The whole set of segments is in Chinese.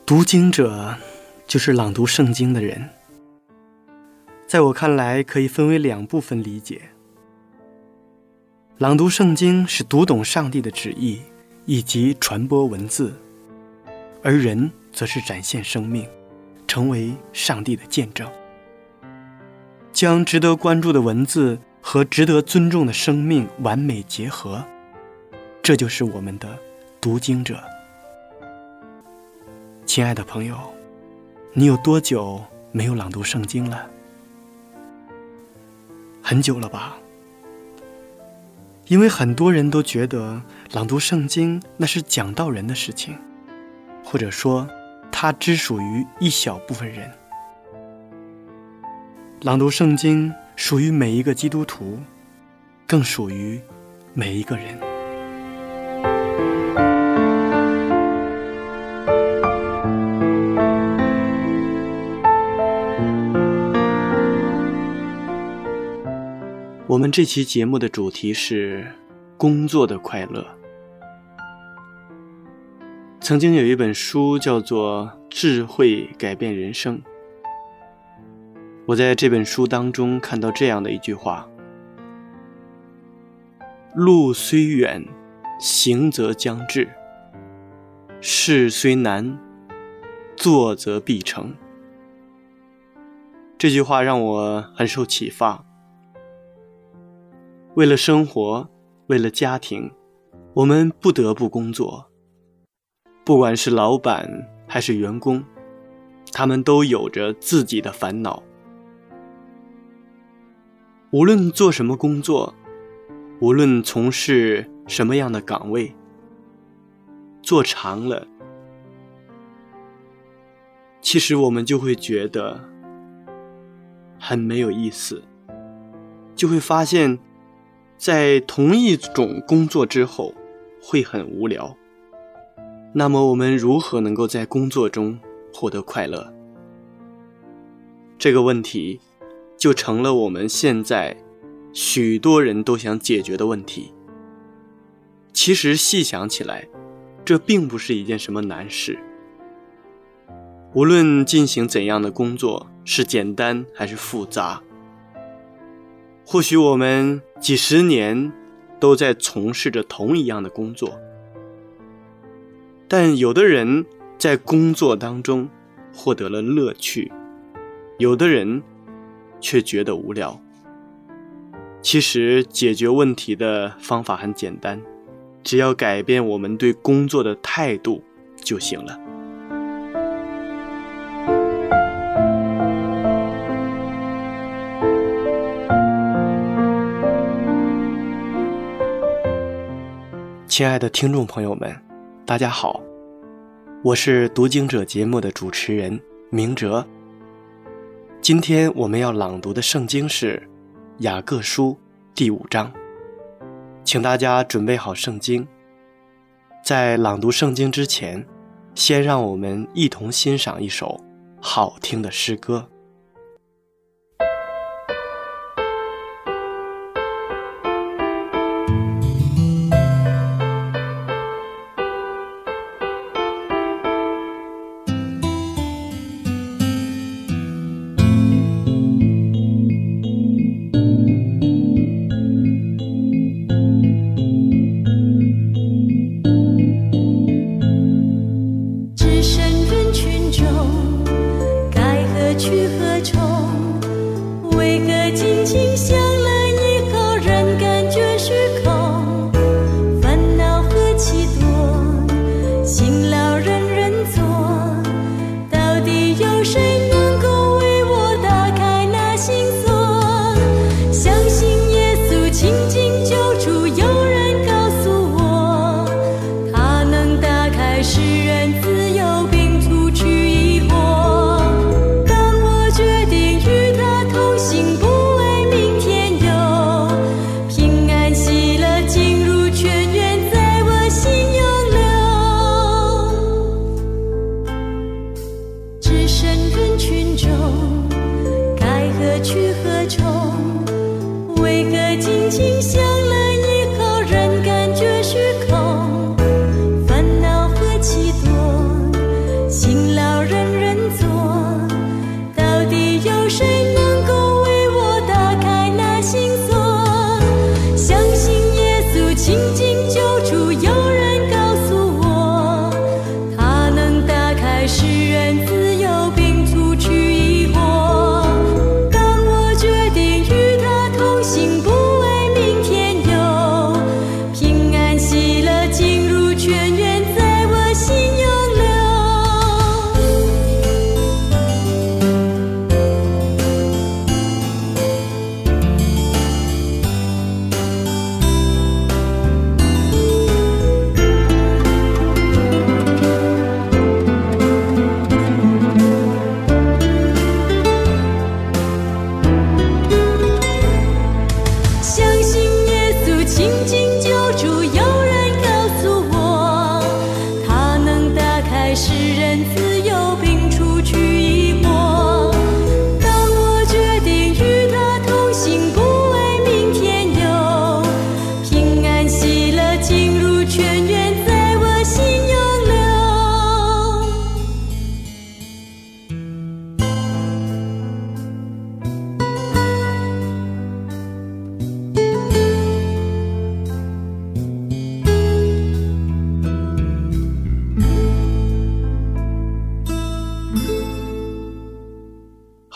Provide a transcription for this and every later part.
读经者就是朗读圣经的人。在我看来，可以分为2部分理解。朗读圣经是读懂上帝的旨意以及传播文字，而人则是展现生命，成为上帝的见证，将值得关注的文字和值得尊重的生命完美结合，这就是我们的读经者。亲爱的朋友，你有多久没有朗读圣经了？很久了吧？因为很多人都觉得朗读圣经那是讲道人的事情，或者说它只属于一小部分人。朗读圣经属于每一个基督徒，更属于每一个人。我们这期节目的主题是工作的快乐。曾经有一本书叫做《智慧改变人生》，我在这本书当中看到这样的一句话：路虽远，行则将至；事虽难，做则必成。这句话让我很受启发。为了生活，为了家庭，我们不得不工作。不管是老板还是员工，他们都有着自己的烦恼。无论做什么工作，无论从事什么样的岗位，做长了，其实我们就会觉得很没有意思，就会发现在同一种工作之后会很无聊。那么我们如何能够在工作中获得快乐？这个问题就成了我们现在许多人都想解决的问题。其实细想起来，这并不是一件什么难事。无论进行怎样的工作，是简单还是复杂，或许我们几十年都在从事着同一样的工作，但有的人在工作当中获得了乐趣，有的人却觉得无聊。其实解决问题的方法很简单，只要改变我们对工作的态度就行了。亲爱的听众朋友们，大家好，我是读经者节目的主持人明哲。今天我们要朗读的圣经是雅各书第5章，请大家准备好圣经。在朗读圣经之前，先让我们一同欣赏一首好听的诗歌。 想了以后，人感觉虚空，烦恼和期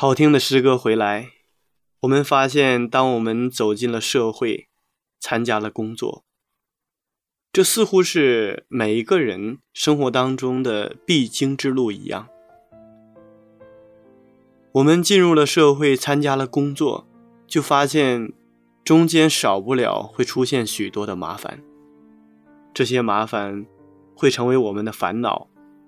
好听的诗歌回来，我们发现当我们走进了社会，参加了工作，这似乎是每一个人生活当中的必经之路一样。我们进入了社会，参加了工作，就发现中间少不了会出现许多的麻烦，这些麻烦会成为我们的烦恼。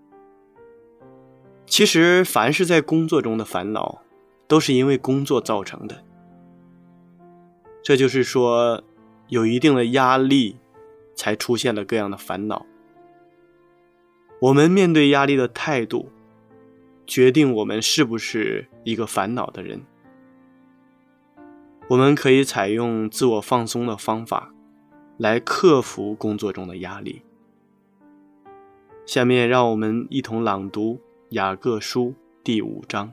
其实凡是在工作中的烦恼，都是因为工作造成的。这就是说，有一定的压力，才出现了各样的烦恼。我们面对压力的态度，决定我们是不是一个烦恼的人。我们可以采用自我放松的方法，来克服工作中的压力。下面让我们一同朗读雅各书第5章。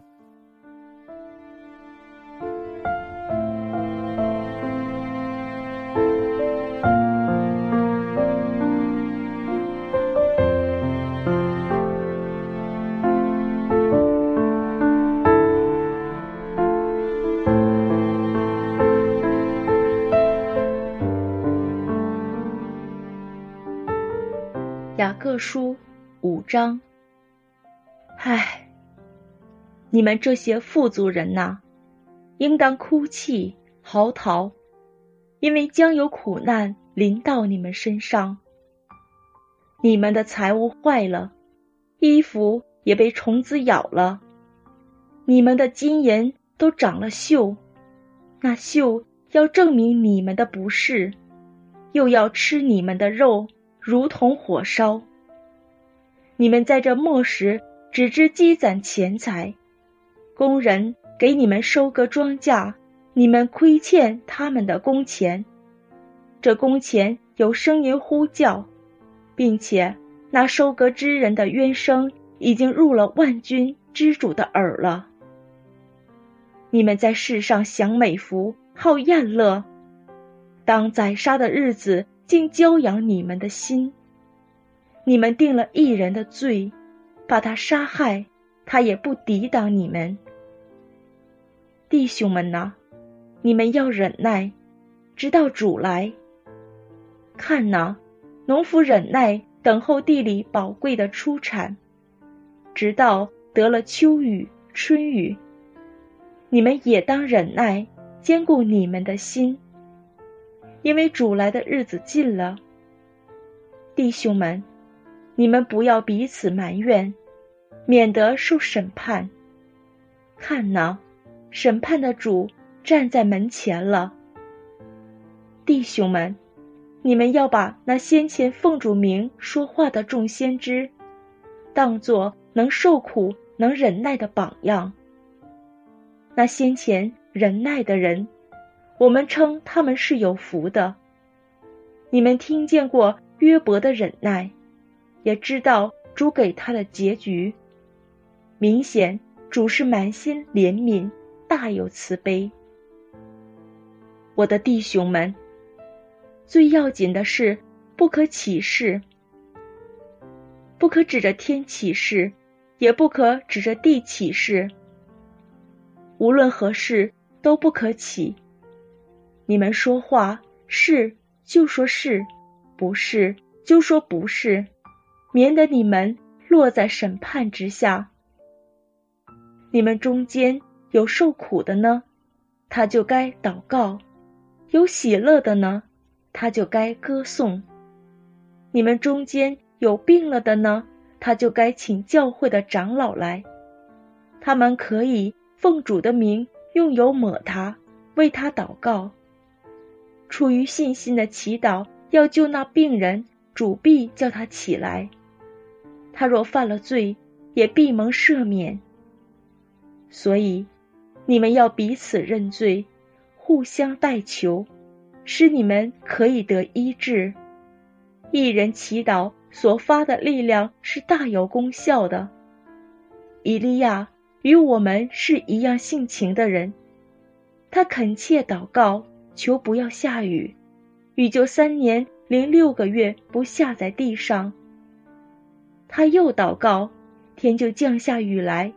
雅各书5章。唉，你们这些富足人哪，应当哭泣嚎啕，因为将有苦难临到你们身上。你们的财物坏了，衣服也被虫子咬了，你们的金银都长了锈，那锈要证明你们的不是，又要吃你们的肉，如同火烧。你们在这末时只知积攒钱财，工人给你们收割庄稼，你们亏欠他们的工钱。这工钱有声音呼叫，并且那收割之人的冤声已经入了万军之主的耳了。你们在世上享美福，好宴乐，当宰杀的日子竟教养你们的心。你们定了一人的罪，把他杀害，他也不抵挡你们。弟兄们哪，你们要忍耐，直到主来。看哪，农夫忍耐等候地里宝贵的出产，直到得了秋雨春雨。你们也当忍耐，坚固你们的心，因为主来的日子近了。弟兄们，你们不要彼此埋怨，免得受审判。看哪，审判的主站在门前了。弟兄们，你们要把那先前奉主名说话的众先知，当作能受苦能忍耐的榜样。那先前忍耐的人，我们称他们是有福的。你们听见过约伯的忍耐，也知道主给他的结局。明显主是满心怜悯，大有慈悲。我的弟兄们，最要紧的是不可起誓，不可指着天起誓，也不可指着地起誓，无论何事都不可起。你们说话是就说是，不是就说不是，免得你们落在审判之下。你们中间有受苦的呢，他就该祷告；有喜乐的呢，他就该歌颂。你们中间有病了的呢，他就该请教会的长老来，他们可以奉主的名用油抹他，为他祷告。出于信心的祈祷要救那病人，主必叫他起来。他若犯了罪，也必蒙赦免。所以你们要彼此认罪，互相代求，使你们可以得医治。一人祈祷所发的力量是大有功效的。以利亚与我们是一样性情的人，他恳切祷告，求不要下雨，雨就3年零6个月不下在地上。他又祷告，天就降下雨来，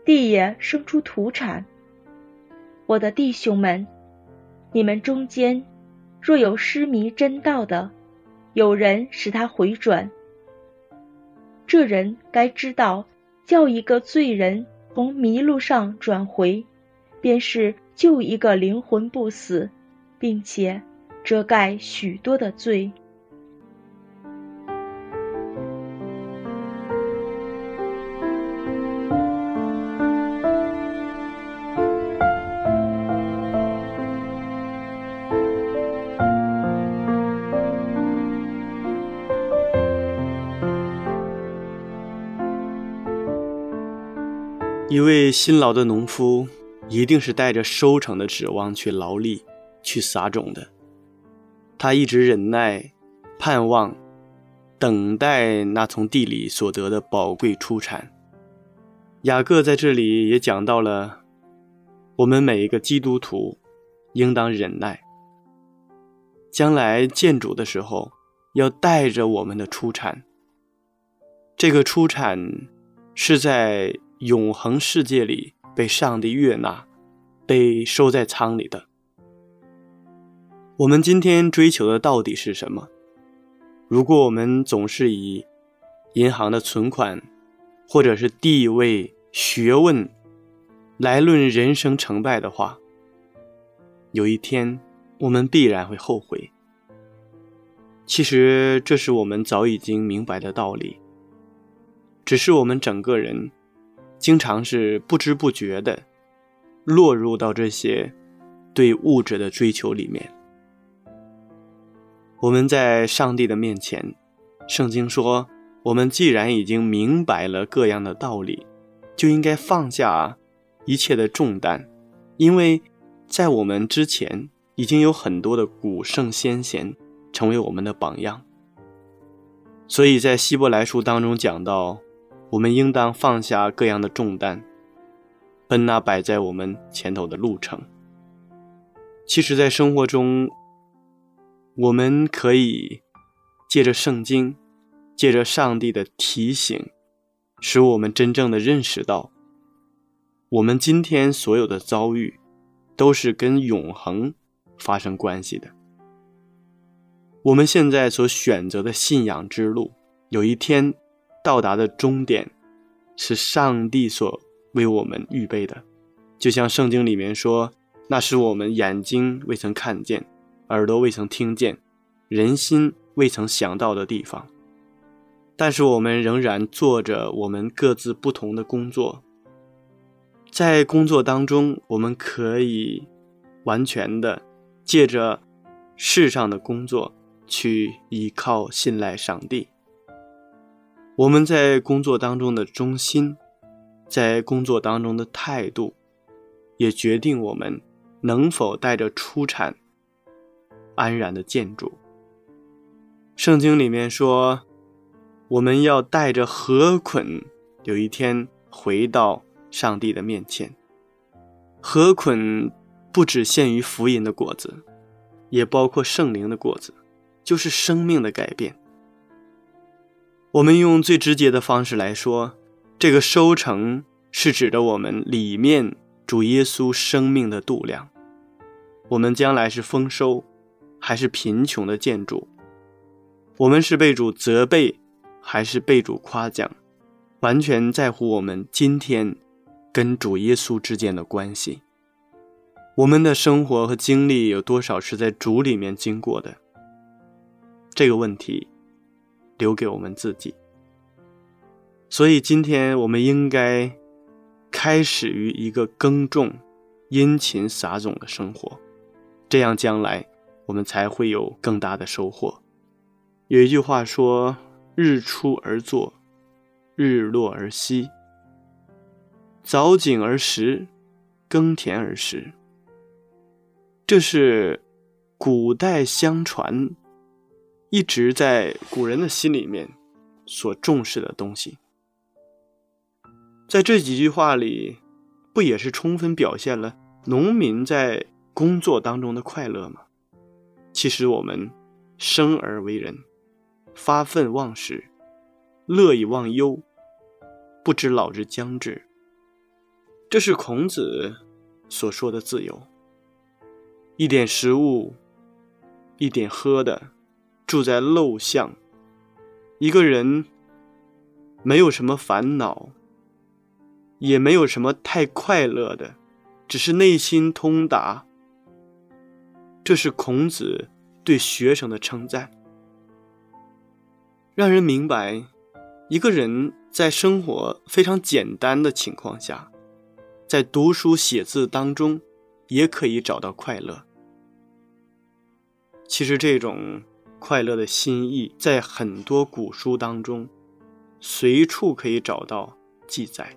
地也生出土产。我的弟兄们，你们中间若有失迷真道的，有人使他回转，这人该知道，叫一个罪人从迷路上转回，便是救一个灵魂不死，并且遮盖许多的罪。 一位辛劳的农夫一定是带着收成的指望去劳力，去撒种的。他一直忍耐，盼望，等待那从地里所得的宝贵出产。雅各在这里也讲到了，我们每一个基督徒应当忍耐，将来见主的时候要带着我们的出产。这个出产是在永恒世界里被上帝悦纳，被收在仓里的。我们今天追求的到底是什么？如果我们总是以银行的存款或者是地位、学问来论人生成败的话，有一天我们必然会后悔。其实这是我们早已经明白的道理，只是我们整个人经常是不知不觉的落入到这些对物质的追求里面。我们在上帝的面前，圣经说，我们既然已经明白了各样的道理，就应该放下一切的重担，因为在我们之前已经有很多的古圣先贤成为我们的榜样。所以在希伯来书当中讲到，我们应当放下各样的重担，奔那摆在我们前头的路程。其实在生活中，我们可以借着圣经，借着上帝的提醒，使我们真正的认识到，我们今天所有的遭遇都是跟永恒发生关系的。我们现在所选择的信仰之路，有一天到达的终点是上帝所为我们预备的。就像圣经里面说，那是我们眼睛未曾看见，耳朵未曾听见，人心未曾想到的地方。但是我们仍然做着我们各自不同的工作，在工作当中，我们可以完全的借着世上的工作去依靠信赖上帝。我们在工作当中的忠心，在工作当中的态度，也决定我们能否带着出产安然的见主。圣经里面说，我们要带着禾捆，有一天回到上帝的面前。禾捆不只限于福音的果子，也包括圣灵的果子，就是生命的改变。我们用最直接的方式来说，这个收成是指着我们里面主耶稣生命的度量。我们将来是丰收还是贫穷的见主，我们是被主责备还是被主夸奖，完全在乎我们今天跟主耶稣之间的关系。我们的生活和经历有多少是在主里面经过的，这个问题留给我们自己。所以今天我们应该开始于一个耕种、殷勤撒种的生活，这样将来我们才会有更大的收获。有一句话说，日出而作，日落而息，早井而食，耕田而食。这是古代相传，一直在古人的心里面所重视的东西。在这几句话里，不也是充分表现了农民在工作当中的快乐吗？其实我们生而为人，发愤忘食，乐以忘忧，不知老之将至。 这是孔子所说的自由。一点食物，一点喝的，住在陋巷，一个人没有什么烦恼，也没有什么太快乐的，只是内心通达。这是孔子对学生的称赞，让人明白一个人在生活非常简单的情况下，在读书写字当中也可以找到快乐。其实这种快乐的心意在很多古书当中随处可以找到记载。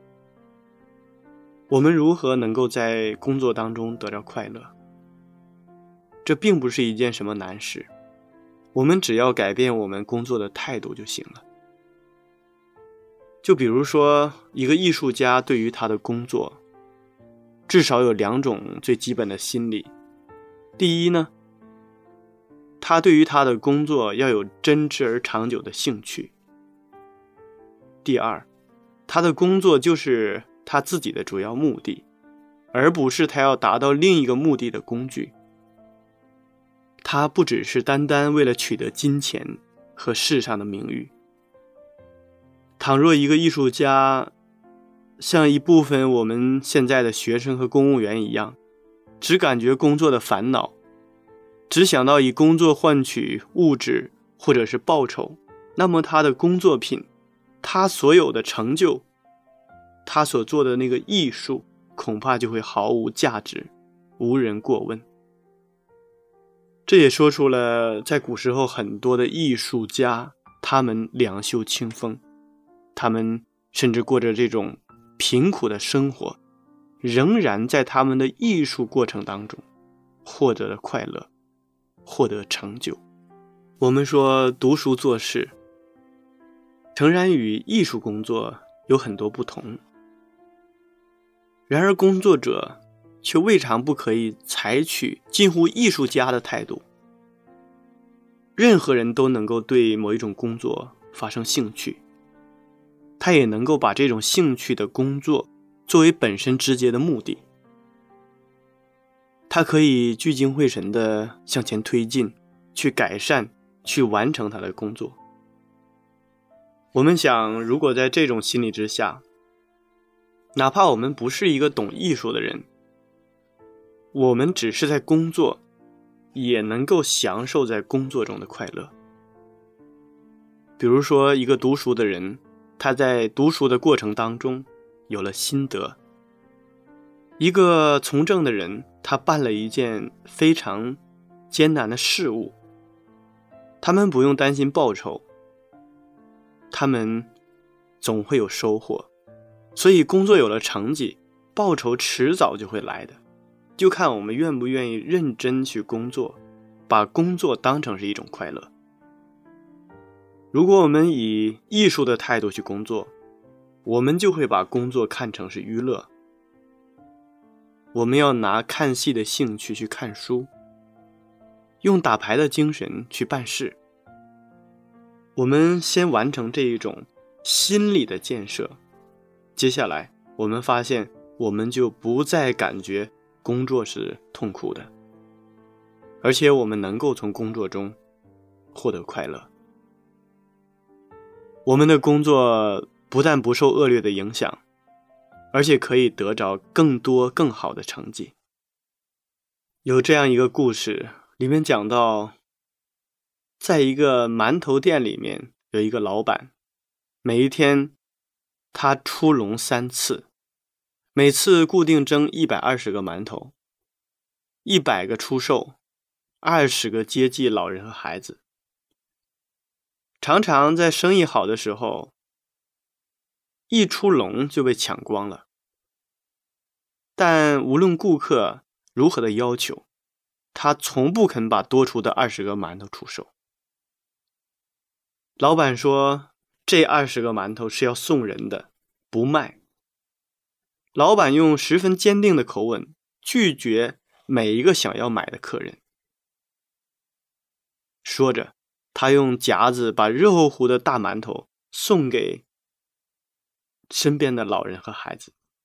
我们如何能够在工作当中得到快乐？这并不是一件什么难事，我们只要改变我们工作的态度就行了。就比如说，一个艺术家对于他的工作，至少有2种最基本的心理。第一呢，他对于他的工作要有真挚而长久的兴趣。第二，他的工作就是他自己的主要目的，而不是他要达到另一个目的的工具。他不只是单单为了取得金钱和世上的名誉。倘若一个艺术家像一部分我们现在的学生和公务员一样，只感觉工作的烦恼，只想到以工作换取物质或者是报酬，那么他的工作品，他所有的成就，他所做的那个艺术，恐怕就会毫无价值，无人过问。这也说出了在古时候很多的艺术家，他们两袖清风，他们甚至过着这种贫苦的生活，仍然在他们的艺术过程当中获得了快乐，获得成就。我们说读书做事，诚然与艺术工作有很多不同，然而工作者却未尝不可以采取近乎艺术家的态度。任何人都能够对某一种工作发生兴趣，他也能够把这种兴趣的工作作为本身直接的目的。他可以聚精会神地向前推进，去改善，去完成他的工作。我们想，如果在这种心理之下，哪怕我们不是一个懂艺术的人，我们只是在工作，也能够享受在工作中的快乐。比如说，一个读书的人，他在读书的过程当中有了心得；一个从政的人，他办了一件非常艰难的事物，他们不用担心报酬，他们总会有收获。所以工作有了成绩，报酬迟早就会来的，就看我们愿不愿意认真去工作，把工作当成是一种快乐。如果我们以艺术的态度去工作，我们就会把工作看成是娱乐。我们要拿看戏的兴趣去看书，用打牌的精神去办事。我们先完成这一种心理的建设，接下来我们发现我们就不再感觉工作是痛苦的，而且我们能够从工作中获得快乐。我们的工作不但不受恶劣的影响，而且可以得着更多更好的成绩。有这样一个故事，里面讲到，在一个馒头店里面有一个老板，每一天他出笼3次，每次固定蒸120个馒头，100个出售，20个接济老人和孩子。常常在生意好的时候，一出笼就被抢光了。但无论顾客如何的要求，他从不肯把多出的20个馒头出售。老板说，这20个馒头是要送人的，不卖。老板用十分坚定的口吻拒绝每一个想要买的客人。说着，他用夹子把热乎乎的大馒头送给身边的老人和孩子。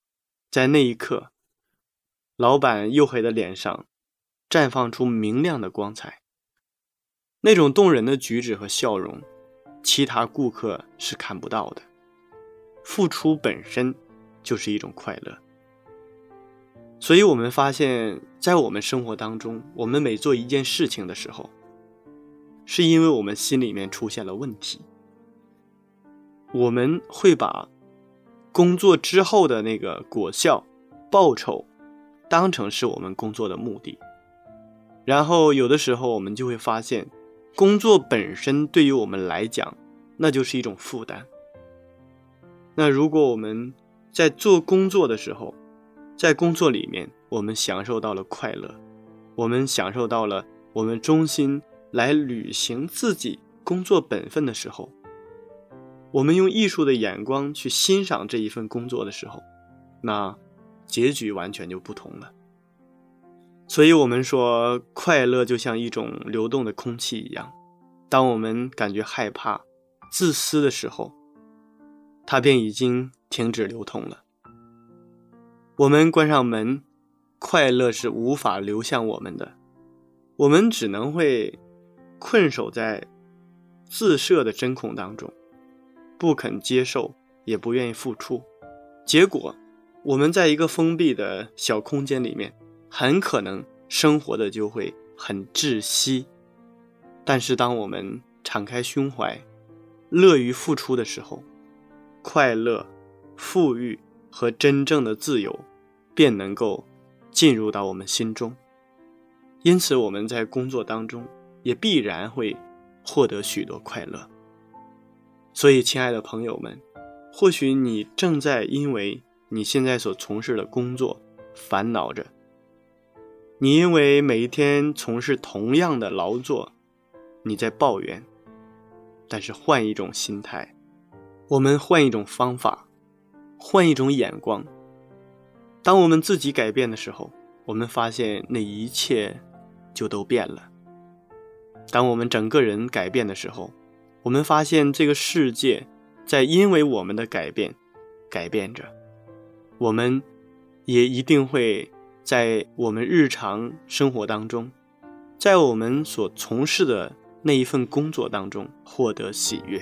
在那一刻，老板黝黑的脸上绽放出明亮的光彩，那种动人的举止和笑容，其他顾客是看不到的。付出本身就是一种快乐。所以我们发现，在我们生活当中，我们每做一件事情的时候，是因为我们心里面出现了问题，我们会把工作之后的那个果效、报酬当成是我们工作的目的，然后有的时候我们就会发现，工作本身对于我们来讲，那就是一种负担。那如果我们在做工作的时候，在工作里面我们享受到了快乐，我们享受到了我们衷心来履行自己工作本分的时候，我们用艺术的眼光去欣赏这一份工作的时候，那结局完全就不同了。所以我们说，快乐就像一种流动的空气一样，当我们感觉害怕、自私的时候，它便已经停止流通了。我们关上门，快乐是无法流向我们的，我们只能会困守在自设的真空当中，不肯接受，也不愿意付出。结果我们在一个封闭的小空间里面，很可能生活的就会很窒息。但是当我们敞开胸怀，乐于付出的时候，快乐、富裕和真正的自由便能够进入到我们心中。因此我们在工作当中也必然会获得许多快乐。所以亲爱的朋友们，或许你正在因为你现在所从事的工作烦恼着，你因为每一天从事同样的劳作你在抱怨，但是换一种心态，我们换一种方法，换一种眼光，当我们自己改变的时候，我们发现那一切就都变了。当我们整个人改变的时候，我们发现这个世界在因为我们的改变改变着，我们也一定会在我们日常生活当中，在我们所从事的那一份工作当中获得喜悦。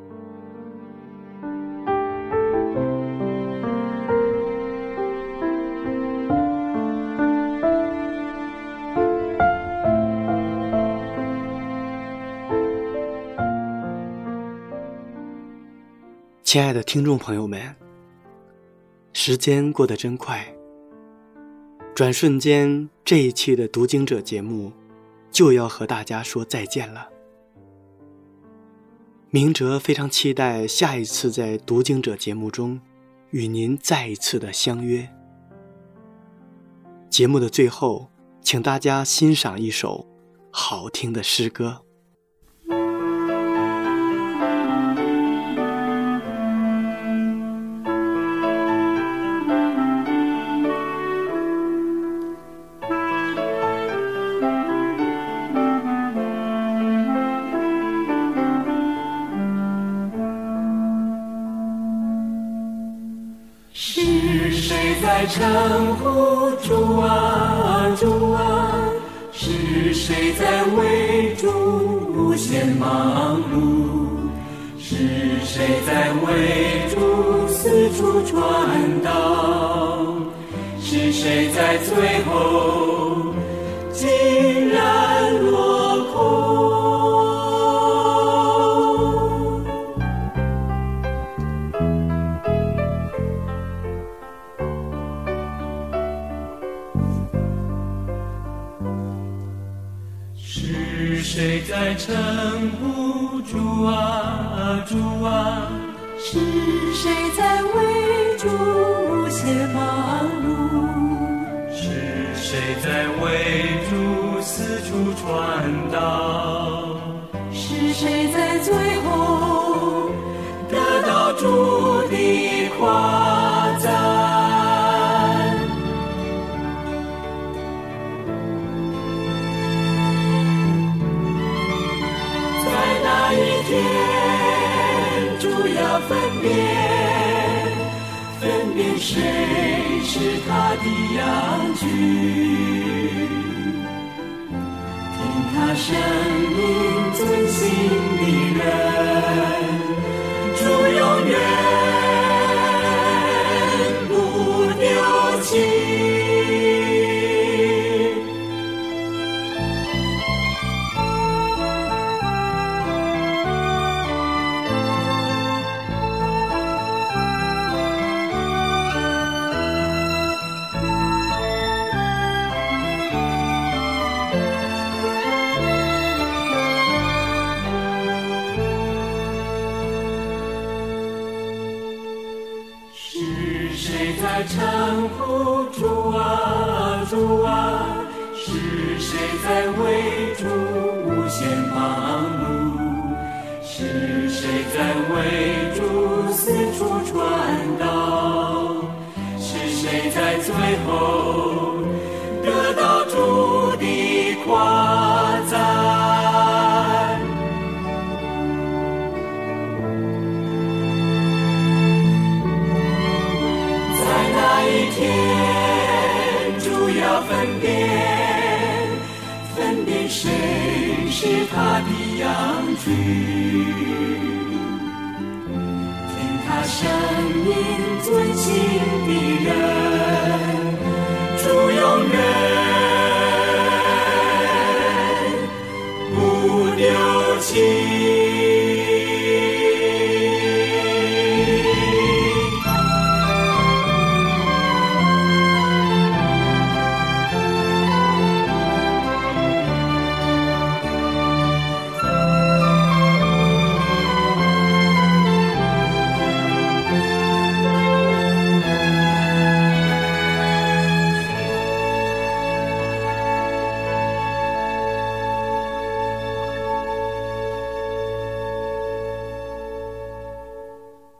亲爱的听众朋友们，时间过得真快，转瞬间这一期的读经者节目就要和大家说再见了。明哲非常期待下一次在读经者节目中与您再一次的相约。节目的最后，请大家欣赏一首好听的诗歌。 是谁在称呼主啊主啊？是谁在为主无限忙碌？是谁在为主四处传道？是谁在最后竟然落空？是谁在称呼主啊主啊？是谁在为主无限忙碌？是谁在为主四处传道？是谁在最后得到主的夸赞？分分辨谁是他的羊群，听他声音遵行的人，主永远不丢弃。称呼主啊主啊，是谁在为主无限忙碌？是谁在为主四处传道？是谁在最后得到主的夸赞？天主要分辨谁是他的羊群，听他声音遵行的人，主永远不丢弃。